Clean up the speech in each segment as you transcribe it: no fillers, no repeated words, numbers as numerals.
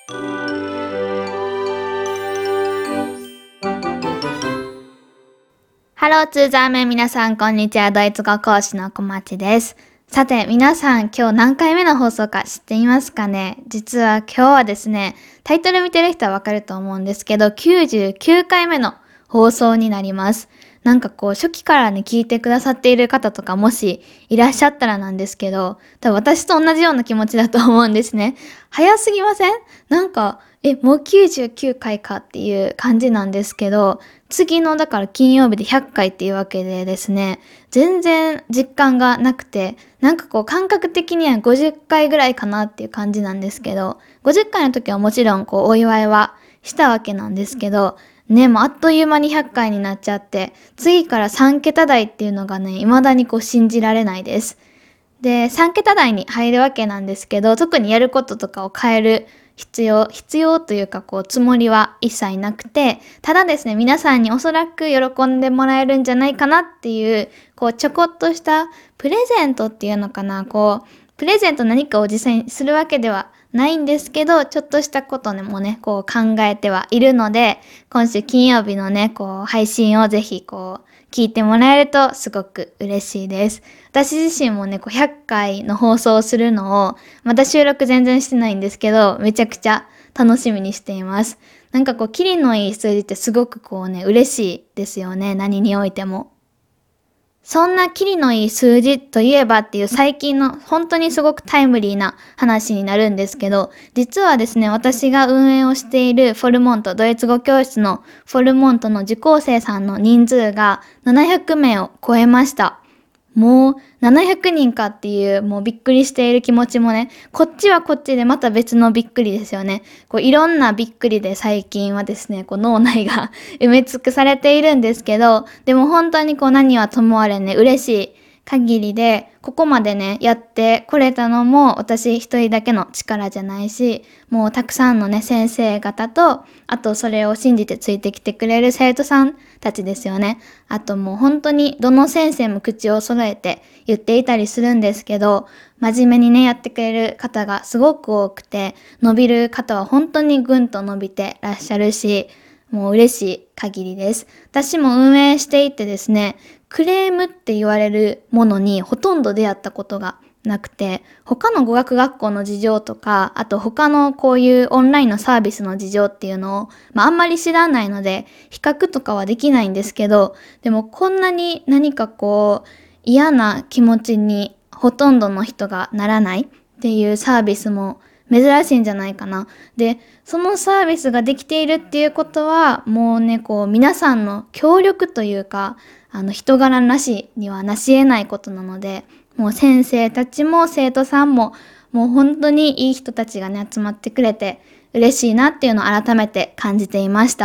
ハローツーザーメン、皆さんこんにちは。ドイツ語講師の小町です。さて皆さん、今日何回目の放送か知っていますかね？実は今日はですね、タイトル見てる人はわかると思うんですけど、99回目の放送になります。なんか初期からね聞いてくださっている方とかもしいらっしゃったらなんですけど、多分私と同じような気持ちだと思うんですね。早すぎません？なんかもう99回かっていう感じなんですけど、次のだから金曜日で100回っていうわけでですね、全然実感がなくて、なんか感覚的には50回ぐらいかなっていう感じなんですけど、50回の時はもちろんお祝いはしたわけなんですけど、ね、もうあっという間に100回になっちゃって、次から3桁台っていうのがね、未だに信じられないです。で、3桁台に入るわけなんですけど、特にやることとかを変える必要というかつもりは一切なくて、ただですね、皆さんにおそらく喜んでもらえるんじゃないかなっていう、ちょこっとしたプレゼントっていうのかな、プレゼント何かを実際にするわけではないんですけど、ちょっとしたこともね、考えてはいるので、今週金曜日のね、配信をぜひ聞いてもらえるとすごく嬉しいです。私自身もね、100回の放送をするのを、また収録全然してないんですけど、めちゃくちゃ楽しみにしています。なんかキリのいい数字ってすごく嬉しいですよね。何においても。そんなキリのいい数字といえばっていう最近の本当にすごくタイムリーな話になるんですけど、実はですね、私が運営をしているフォルモント、ドイツ語教室のフォルモントの受講生さんの人数が700名を超えました。もう700人かっていうもうびっくりしている気持ちもね、こっちはこっちでまた別のびっくりですよね。いろんなびっくりで最近はですね、脳内が埋め尽くされているんですけど、でも本当に何はともあれね、嬉しい限りで、ここまでね、やってこれたのも私一人だけの力じゃないし、もうたくさんのね、先生方と、あとそれを信じてついてきてくれる生徒さんたちですよね。あともう本当にどの先生も口を揃えて言っていたりするんですけど、真面目にね、やってくれる方がすごく多くて、伸びる方は本当にぐんと伸びてらっしゃるし、もう嬉しい限りです。私も運営していてですね、クレームって言われるものにほとんど出会ったことがなくて、他の語学学校の事情とか、あと他のこういうオンラインのサービスの事情っていうのを、あんまり知らないので、比較とかはできないんですけど、でもこんなに何か嫌な気持ちにほとんどの人がならないっていうサービスも珍しいんじゃないかな。で、そのサービスができているっていうことは、もうね、皆さんの協力というか、人柄なしにはなし得ないことなので、もう先生たちも生徒さんも、もう本当にいい人たちがね、集まってくれて嬉しいなっていうのを改めて感じていました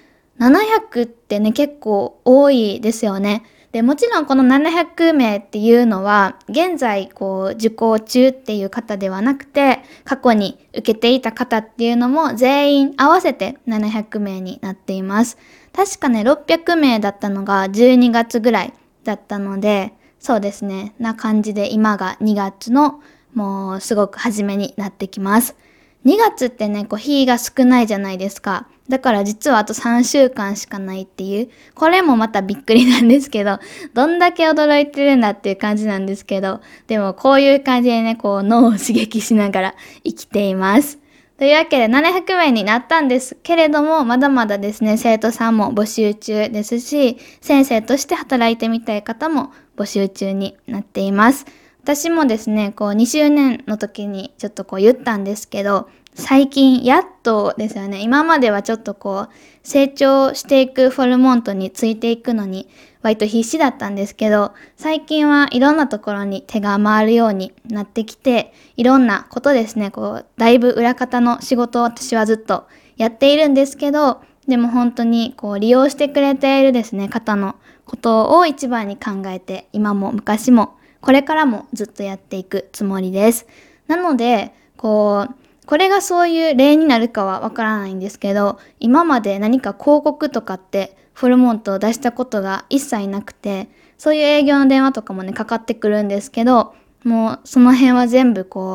。700ってね、結構多いですよね。で、もちろんこの700名っていうのは、現在受講中っていう方ではなくて、過去に受けていた方っていうのも全員合わせて700名になっています。確かね、600名だったのが12月ぐらいだったので、そうですね、な感じで今が2月のもうすごく初めになってきます。2月ってね、日が少ないじゃないですか。だから実はあと3週間しかないっていう、これもまたびっくりなんですけど、どんだけ驚いてるんだっていう感じなんですけど、でもこういう感じでね、脳を刺激しながら生きています。というわけで700名になったんですけれども、まだまだですね、生徒さんも募集中ですし、先生として働いてみたい方も募集中になっています。私もですね、2周年の時にちょっと言ったんですけど、最近やっとですよね、今まではちょっと成長していくフォルモントについていくのに割と必死だったんですけど、最近はいろんなところに手が回るようになってきて、いろんなことですね、だいぶ裏方の仕事を私はずっとやっているんですけど、でも本当に利用してくれているですね、方のことを一番に考えて、今も昔もこれからもずっとやっていくつもりです。なので、これがそういう例になるかはわからないんですけど、今まで何か広告とかってフォルモントを出したことが一切なくて、そういう営業の電話とかもね、かかってくるんですけど、もうその辺は全部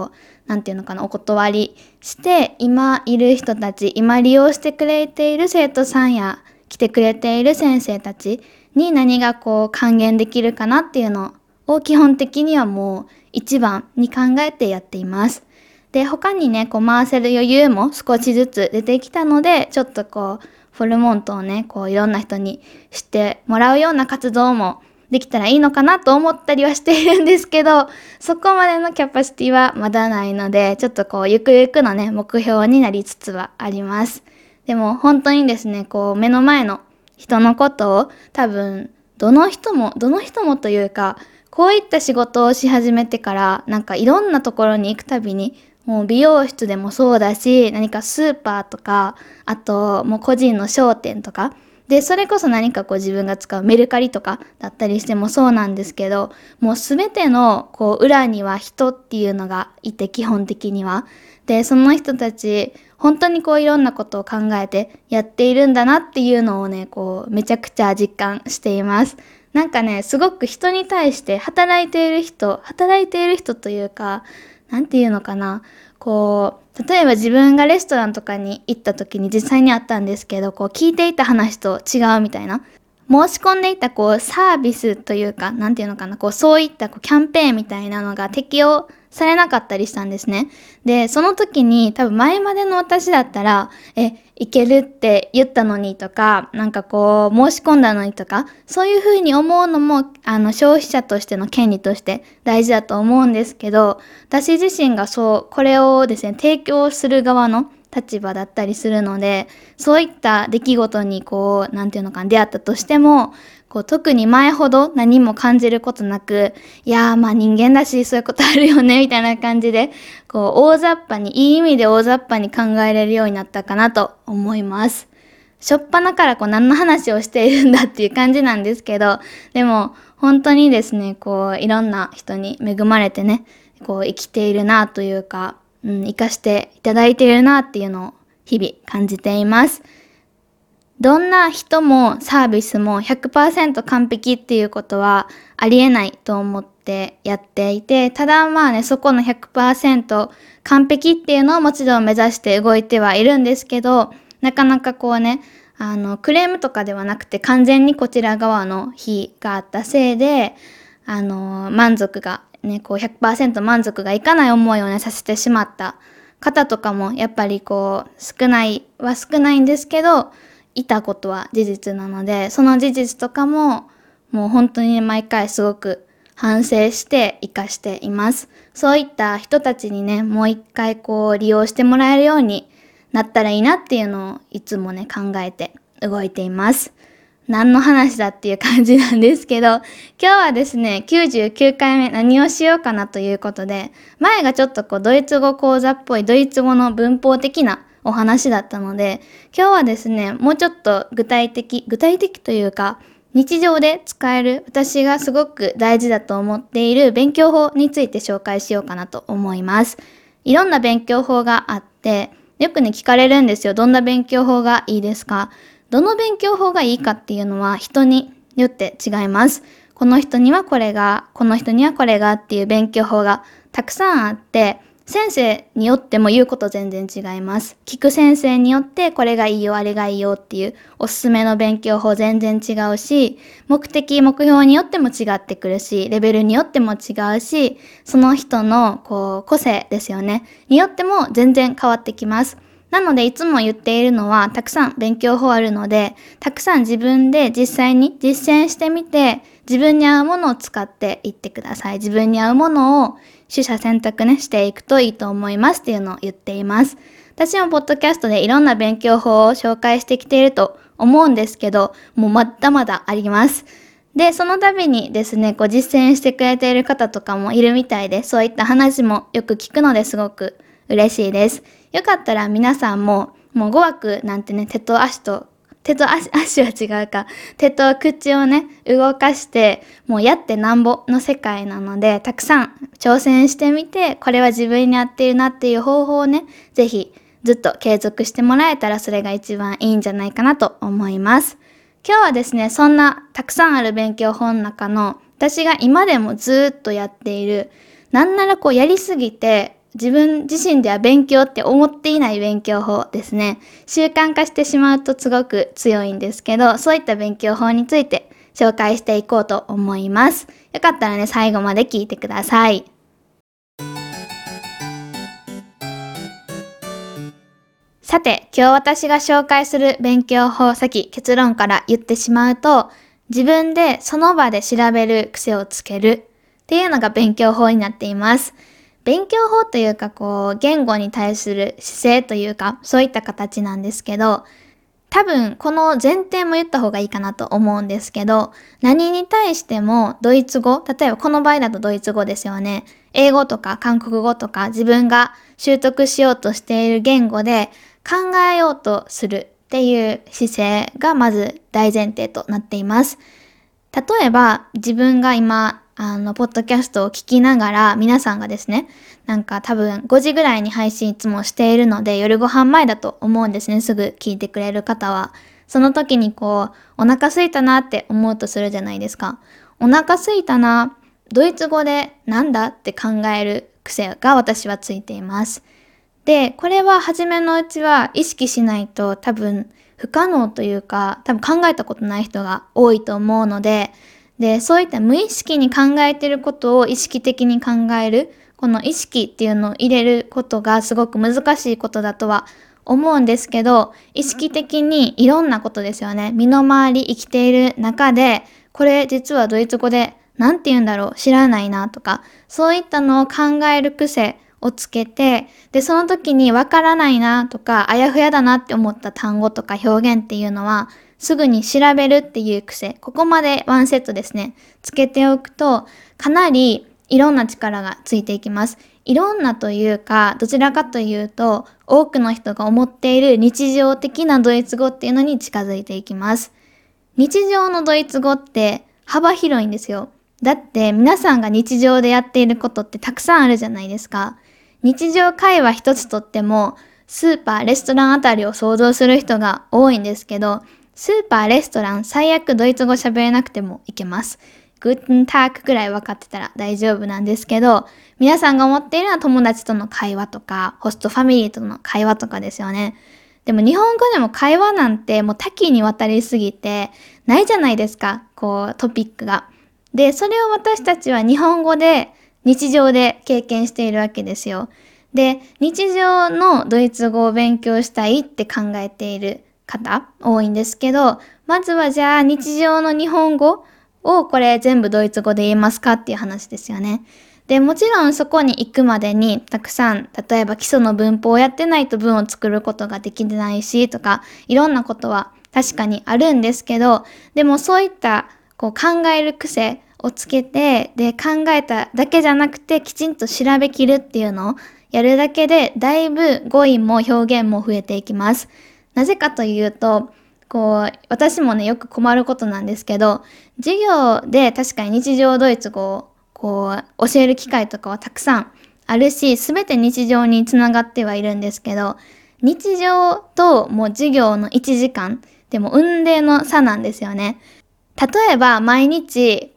なんていうのかな、お断りして、今いる人たち、今利用してくれている生徒さんや来てくれている先生たちに何が還元できるかなっていうのを基本的にはもう一番に考えてやっています。で、他にね、回せる余裕も少しずつ出てきたので、ちょっとフォルモントをね、いろんな人に知ってもらうような活動もできたらいいのかなと思ったりはしているんですけど、そこまでのキャパシティはまだないので、ちょっとゆくゆくのね、目標になりつつはあります。でも本当にですね、目の前の人のことを多分、どの人もというか、こういった仕事をし始めてから、なんかいろんなところに行くたびに、もう美容室でもそうだし、何かスーパーとか、あともう個人の商店とか、で、それこそ何か自分が使うメルカリとかだったりしてもそうなんですけど、もうすべての裏には人っていうのがいて、基本的には。で、その人たち、本当にいろんなことを考えてやっているんだなっていうのをね、めちゃくちゃ実感しています。なんかね、すごく人に対して働いている人というか、なんていうのかな、例えば自分がレストランとかに行った時に実際にあったんですけど、聞いていた話と違うみたいな。申し込んでいたサービスというか、なんていうのかな、そういったキャンペーンみたいなのが適用されなかったりしたんですね。で、その時に多分前までの私だったら、いけるって言ったのにとか、なんか申し込んだのにとか、そういうふうに思うのも、消費者としての権利として大事だと思うんですけど、私自身がこれをですね、提供する側の立場だったりするので、そういった出来事になんていうのかな、出会ったとしても、特に前ほど何も感じることなく、いやーまあ人間だしそういうことあるよねみたいな感じで、大雑把に、いい意味で大雑把に考えれるようになったかなと思います。しょっぱなから何の話をしているんだっていう感じなんですけど、でも本当にですね、いろんな人に恵まれてね、生きているなというか、生かしていただいているなっていうのを日々感じています。どんな人もサービスも 100% 完璧っていうことはありえないと思ってやっていて、ただまあね、そこの 100% 完璧っていうのをもちろん目指して動いてはいるんですけど、なかなかクレームとかではなくて完全にこちら側の非があったせいで、満足がね、100% 満足がいかない思いをね、させてしまった方とかもやっぱり少ないんですけど、いたことは事実なので、その事実とかももう本当に毎回すごく反省して活かしています。そういった人たちにね、もう一回利用してもらえるようになったらいいなっていうのをいつもね、考えて動いています。何の話だっていう感じなんですけど、今日はですね、99回目何をしようかなということで、前がちょっとドイツ語講座っぽいドイツ語の文法的なお話だったので、今日はですね、もうちょっと具体的というか、日常で使える私がすごく大事だと思っている勉強法について紹介しようかなと思います。いろんな勉強法があって、よくね聞かれるんですよ。どんな勉強法がいいですか？どの勉強法がいいかっていうのは人によって違います。この人にはこれが、この人にはこれがっていう勉強法がたくさんあって、先生によっても言うこと全然違います。聞く先生によってこれがいいよ、あれがいいよっていうおすすめの勉強法全然違うし、目標によっても違ってくるし、レベルによっても違うし、その人の個性ですよね。によっても全然変わってきます。なのでいつも言っているのはたくさん勉強法あるので、たくさん自分で実際に実践してみて、自分に合うものを使っていってください。自分に合うものを取捨選択ねしていくといいと思いますっていうのを言っています。私もポッドキャストでいろんな勉強法を紹介してきていると思うんですけど、もうまだまだあります。で、その度にですね、実践してくれている方とかもいるみたいで、そういった話もよく聞くのですごく嬉しいです。よかったら皆さんも語学なんてね、手と足は違うか。手と口をね、動かして、もうやってなんぼの世界なので、たくさん挑戦してみて、これは自分に合っているなっていう方法をね、ぜひずっと継続してもらえたらそれが一番いいんじゃないかなと思います。今日はですね、そんなたくさんある勉強法の中の、私が今でもずっとやっている、なんならやりすぎて、 自分自身では勉強って思っていない勉強法ですね。習慣化してしまうとすごく強いんですけど、そういった勉強法について紹介していこうと思います。よかったらね、最後まで聞いてください。さて、今日私が紹介する勉強法、先結論から言ってしまうと、自分でその場で調べる癖をつけるっていうのが勉強法になっています。勉強法というか言語に対する姿勢というか、そういった形なんですけど、多分この前提も言った方がいいかなと思うんですけど、何に対してもドイツ語、例えばこの場合だとドイツ語ですよね。英語とか韓国語とか自分が習得しようとしている言語で考えようとするっていう姿勢がまず大前提となっています。例えば自分が今ポッドキャストを聞きながら皆さんがですね、なんか多分5時ぐらいに配信いつもしているので夜ご飯前だと思うんですね。すぐ聞いてくれる方は。その時にお腹空いたなって思うとするじゃないですか。お腹空いたな、ドイツ語でなんだって考える癖が私はついています。で、これは初めのうちは意識しないと多分不可能というか、多分考えたことない人が多いと思うので、そういった無意識に考えていることを意識的に考える、この意識っていうのを入れることがすごく難しいことだとは思うんですけど、意識的にいろんなことですよね。身の回り生きている中で、これ実はドイツ語でなんて言うんだろう、知らないなとか、そういったのを考える癖をつけて、で、その時にわからないなとか、あやふやだなって思った単語とか表現っていうのは、すぐに調べるっていう癖、ここまでワンセットですね、つけておくと、かなりいろんな力がついていきます。いろんなというか、どちらかというと、多くの人が思っている日常的なドイツ語っていうのに近づいていきます。日常のドイツ語って幅広いんですよ。だって皆さんが日常でやっていることってたくさんあるじゃないですか。日常会話一つとっても、スーパー、レストランあたりを想像する人が多いんですけど、スーパー、レストラン、最悪ドイツ語喋れなくてもいけます。グッテンタークくらい分かってたら大丈夫なんですけど、皆さんが思っているのは友達との会話とか、ホストファミリーとの会話とかですよね。でも日本語でも会話なんてもう多岐にわたりすぎてないじゃないですか、トピックが。で、それを私たちは日本語で日常で経験しているわけですよ。で、日常のドイツ語を勉強したいって考えている方多いんですけど、まずはじゃあ日常の日本語をこれ全部ドイツ語で言えますかっていう話ですよね。で、もちろんそこに行くまでにたくさん、例えば基礎の文法をやってないと文を作ることができないしとか、いろんなことは確かにあるんですけど、でもそういった考える癖をつけて、で、考えただけじゃなくてきちんと調べきるっていうのをやるだけで、だいぶ語彙も表現も増えていきます。なぜかというと、私もね、よく困ることなんですけど、授業で確かに日常ドイツ語を教える機会とかはたくさんあるし、すべて日常につながってはいるんですけど、日常ともう授業の1時間でも雲泥の差なんですよね。例えば毎日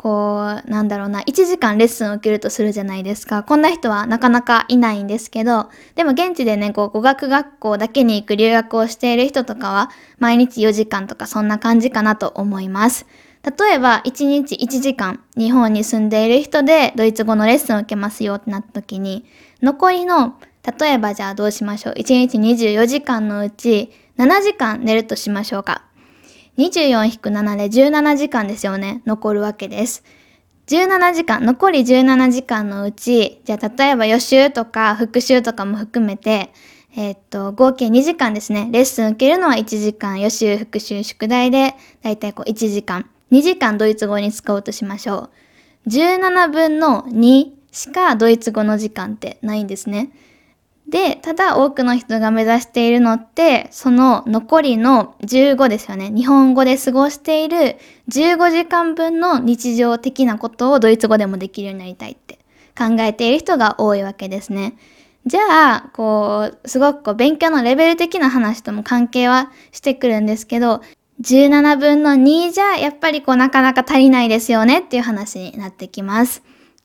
1時間レッスンを受けるとするじゃないですか。こんな人はなかなかいないんですけど、でも現地でね、語学学校だけに行く留学をしている人とかは毎日4時間とかそんな感じかなと思います。例えば1日1時間日本に住んでいる人でドイツ語のレッスンを受けますよってなった時に、残りの例えばじゃあどうしましょう。1日24時間のうち7時間寝るとしましょうか。24-7で17時間ですよね。残るわけです。17時間、残り17時間のうち、じゃあ例えば予習とか復習とかも含めて、合計2時間ですね。レッスン受けるのは1時間、予習、復習、宿題で、だいたい1時間。2時間ドイツ語に使おうとしましょう。17分の2しかドイツ語の時間ってないんですね。で、ただ多くの人が目指しているのって、その残りの15ですよね。日本語で過ごしている15時間分の日常的なことをドイツ語でもできるようになりたいって考えている人が多いわけですね。じゃあ、すごく勉強のレベル的な話とも関係はしてくるんですけど、17分の2じゃやっぱりなかなか足りないですよねっていう話になってきます。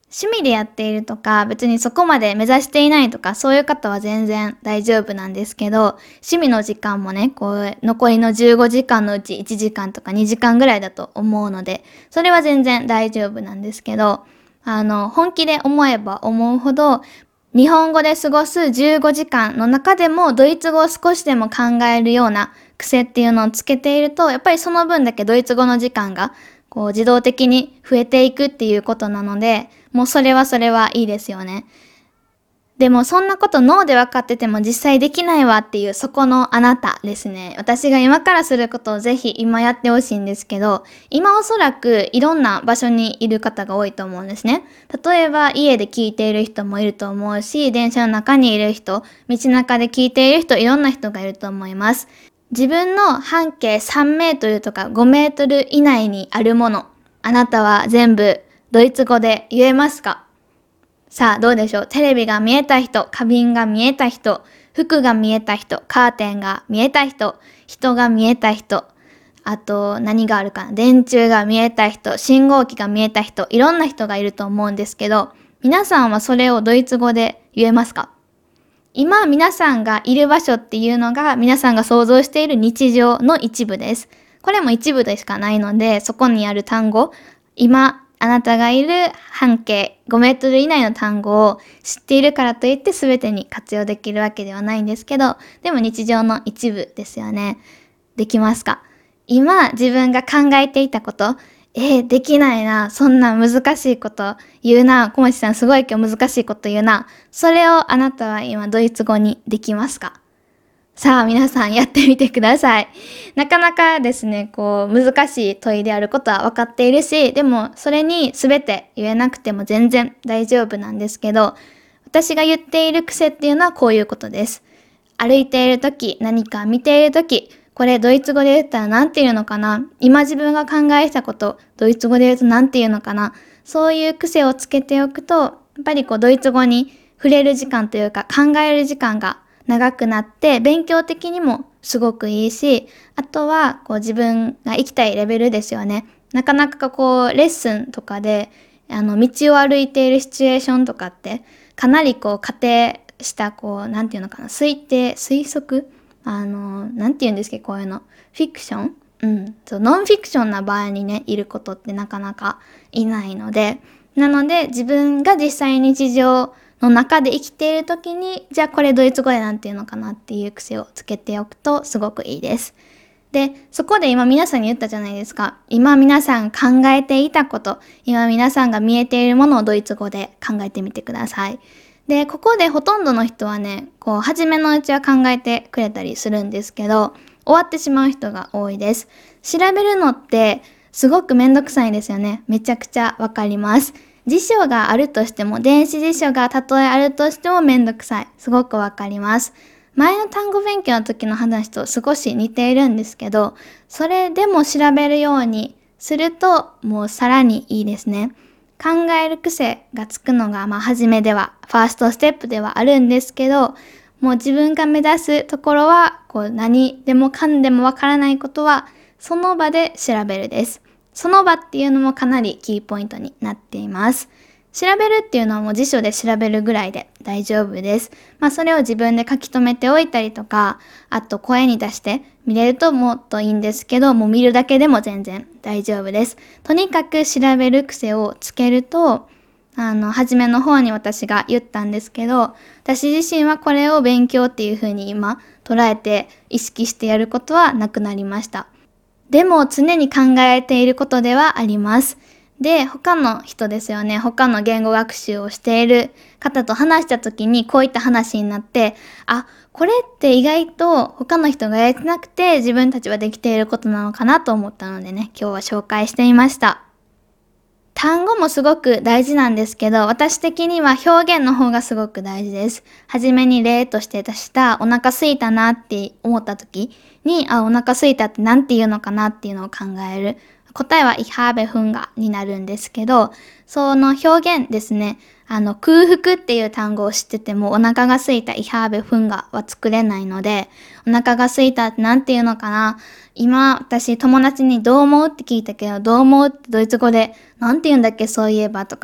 趣味でやっているとか、別にそこまで目指していないとか、そういう方は全然大丈夫なんですけど、趣味の時間もね、残りの15時間のうち1時間とか2時間ぐらいだと思うので、それは全然大丈夫なんですけど、本気で思えば思うほど、日本語で過ごす15時間の中でもドイツ語を少しでも考えるような癖っていうのをつけていると、やっぱりその分だけドイツ語の時間が自動的に増えていくっていうことなので、もうそれはいいですよね。でもそんなこと脳で分かってても実際できないわっていうそこのあなたですね。私が今からすることをぜひ今やってほしいんですけど、今おそらくいろんな場所にいる方が多いと思うんですね。例えば家で聞いている人もいると思うし、電車の中にいる人、道中で聞いている人、いろんな人がいると思います。自分の半径3メートルとか5メートル以内にあるもの、あなたは全部ドイツ語で言えますか？さあどうでしょう。テレビが見えた人、花瓶が見えた人、服が見えた人、カーテンが見えた人、人が見えた人、あと何があるかな、電柱が見えた人、信号機が見えた人、いろんな人がいると思うんですけど、皆さんはそれをドイツ語で言えますか？今皆さんがいる場所っていうのが皆さんが想像している日常の一部です。これも一部でしかないので、そこにある単語、今あなたがいる半径5メートル以内の単語を知っているからといって全てに活用できるわけではないんですけど、でも日常の一部ですよね。できますか？今自分が考えていたこと、できないな。そんな難しいこと言うな。小町さんすごい今日難しいこと言うな。それをあなたは今ドイツ語にできますか？さあ皆さんやってみてください。なかなかですね、難しい問いであることは分かっているし、でもそれに全て言えなくても全然大丈夫なんですけど、私が言っている癖っていうのはこういうことです。歩いているとき、何か見ているとき、これドイツ語で言ったら何て言うのかな？今自分が考えたこと、ドイツ語で言うと何て言うのかな？そういう癖をつけておくと、やっぱりドイツ語に触れる時間というか考える時間が長くなって勉強的にもすごくいいし、あとは自分が生きたいレベルですよね。なかなかレッスンとかで道を歩いているシチュエーションとかってかなり仮定したなんていうのかな、推測なんていうんですけど、こういうのフィクション、ノンフィクションな場合にねいることってなかなかいないので、なので自分が実際日常の中で生きている時に、じゃあこれドイツ語でなんていうのかなっていう癖をつけておくとすごくいいです。で、そこで今皆さんに言ったじゃないですか。今皆さん考えていたこと、今皆さんが見えているものをドイツ語で考えてみてください。で、ここでほとんどの人はね、初めのうちは考えてくれたりするんですけど、終わってしまう人が多いです。調べるのってすごくめんどくさいですよね。めちゃくちゃわかります。辞書があるとしても、電子辞書がたとえあるとしてもめんどくさい。すごくわかります。前の単語勉強の時の話と少し似ているんですけど、それでも調べるようにするともうさらにいいですね。考える癖がつくのが初めでは、ファーストステップではあるんですけど、もう自分が目指すところは、何でもかんでもわからないことは、その場で調べるです。その場っていうのもかなりキーポイントになっています。調べるっていうのはもう辞書で調べるぐらいで大丈夫です。それを自分で書き留めておいたりとか、あと声に出して見れるともっといいんですけど、もう見るだけでも全然大丈夫です。とにかく調べる癖をつけると、初めの方に私が言ったんですけど、私自身はこれを勉強っていう風に今捉えて意識してやることはなくなりました。でも常に考えていることではあります。で、他の人ですよね。他の言語学習をしている方と話した時にこういった話になって、これって意外と他の人がやれてなくて自分たちはできていることなのかなと思ったのでね、今日は紹介してみました。単語もすごく大事なんですけど、私的には表現の方がすごく大事です。はじめに例として出したお腹空いたなって思った時に、お腹空いたってなんて言うのかなっていうのを考える。答えはIch habe Hungerになるんですけど、その表現ですね。空腹っていう単語を知っててもお腹が空いたIch habe Hungerは作れないので、お腹が空いたってなんて言うのかな。今私友達にどう思うって聞いたけど、どう思うってドイツ語でなんて言うんだっけそういえばとか、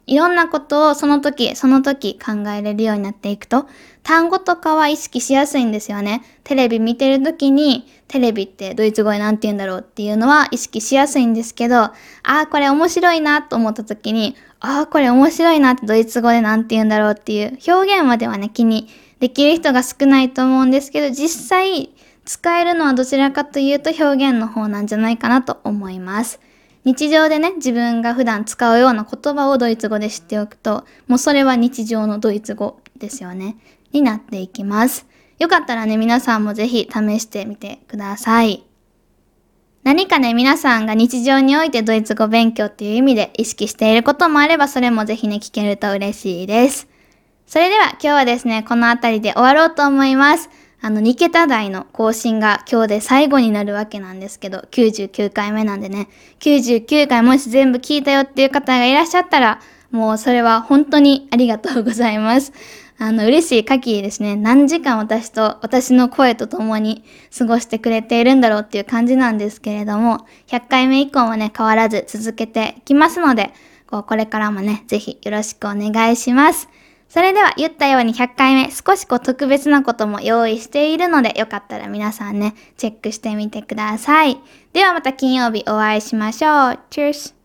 いろんなことをその時その時考えれるようになっていくと、単語とかは意識しやすいんですよね。テレビ見てる時に、テレビってドイツ語でなんて言うんだろうっていうのは意識しやすいんですけど、これ面白いなと思った時に、これ面白いなってドイツ語でなんて言うんだろうっていう表現まではね、気にできる人が少ないと思うんですけど、実際使えるのはどちらかというと表現の方なんじゃないかなと思います。日常でね、自分が普段使うような言葉をドイツ語で知っておくと、もうそれは日常のドイツ語ですよね。になっていきます。よかったらね、皆さんもぜひ試してみてください。何かね、皆さんが日常においてドイツ語勉強っていう意味で意識していることもあれば、それもぜひね、聞けると嬉しいです。それでは今日はですね、このあたりで終わろうと思います。2桁台の更新が今日で最後になるわけなんですけど、99回目なんでね、99回もし全部聞いたよっていう方がいらっしゃったら、もうそれは本当にありがとうございます。嬉しい限りですね、何時間私の声と共に過ごしてくれているんだろうっていう感じなんですけれども、100回目以降もね、変わらず続けていきますので、これからもね、ぜひよろしくお願いします。それでは言ったように100回目少し特別なことも用意しているのでよかったら皆さんねチェックしてみてください。ではまた金曜日お会いしましょう。Cheers!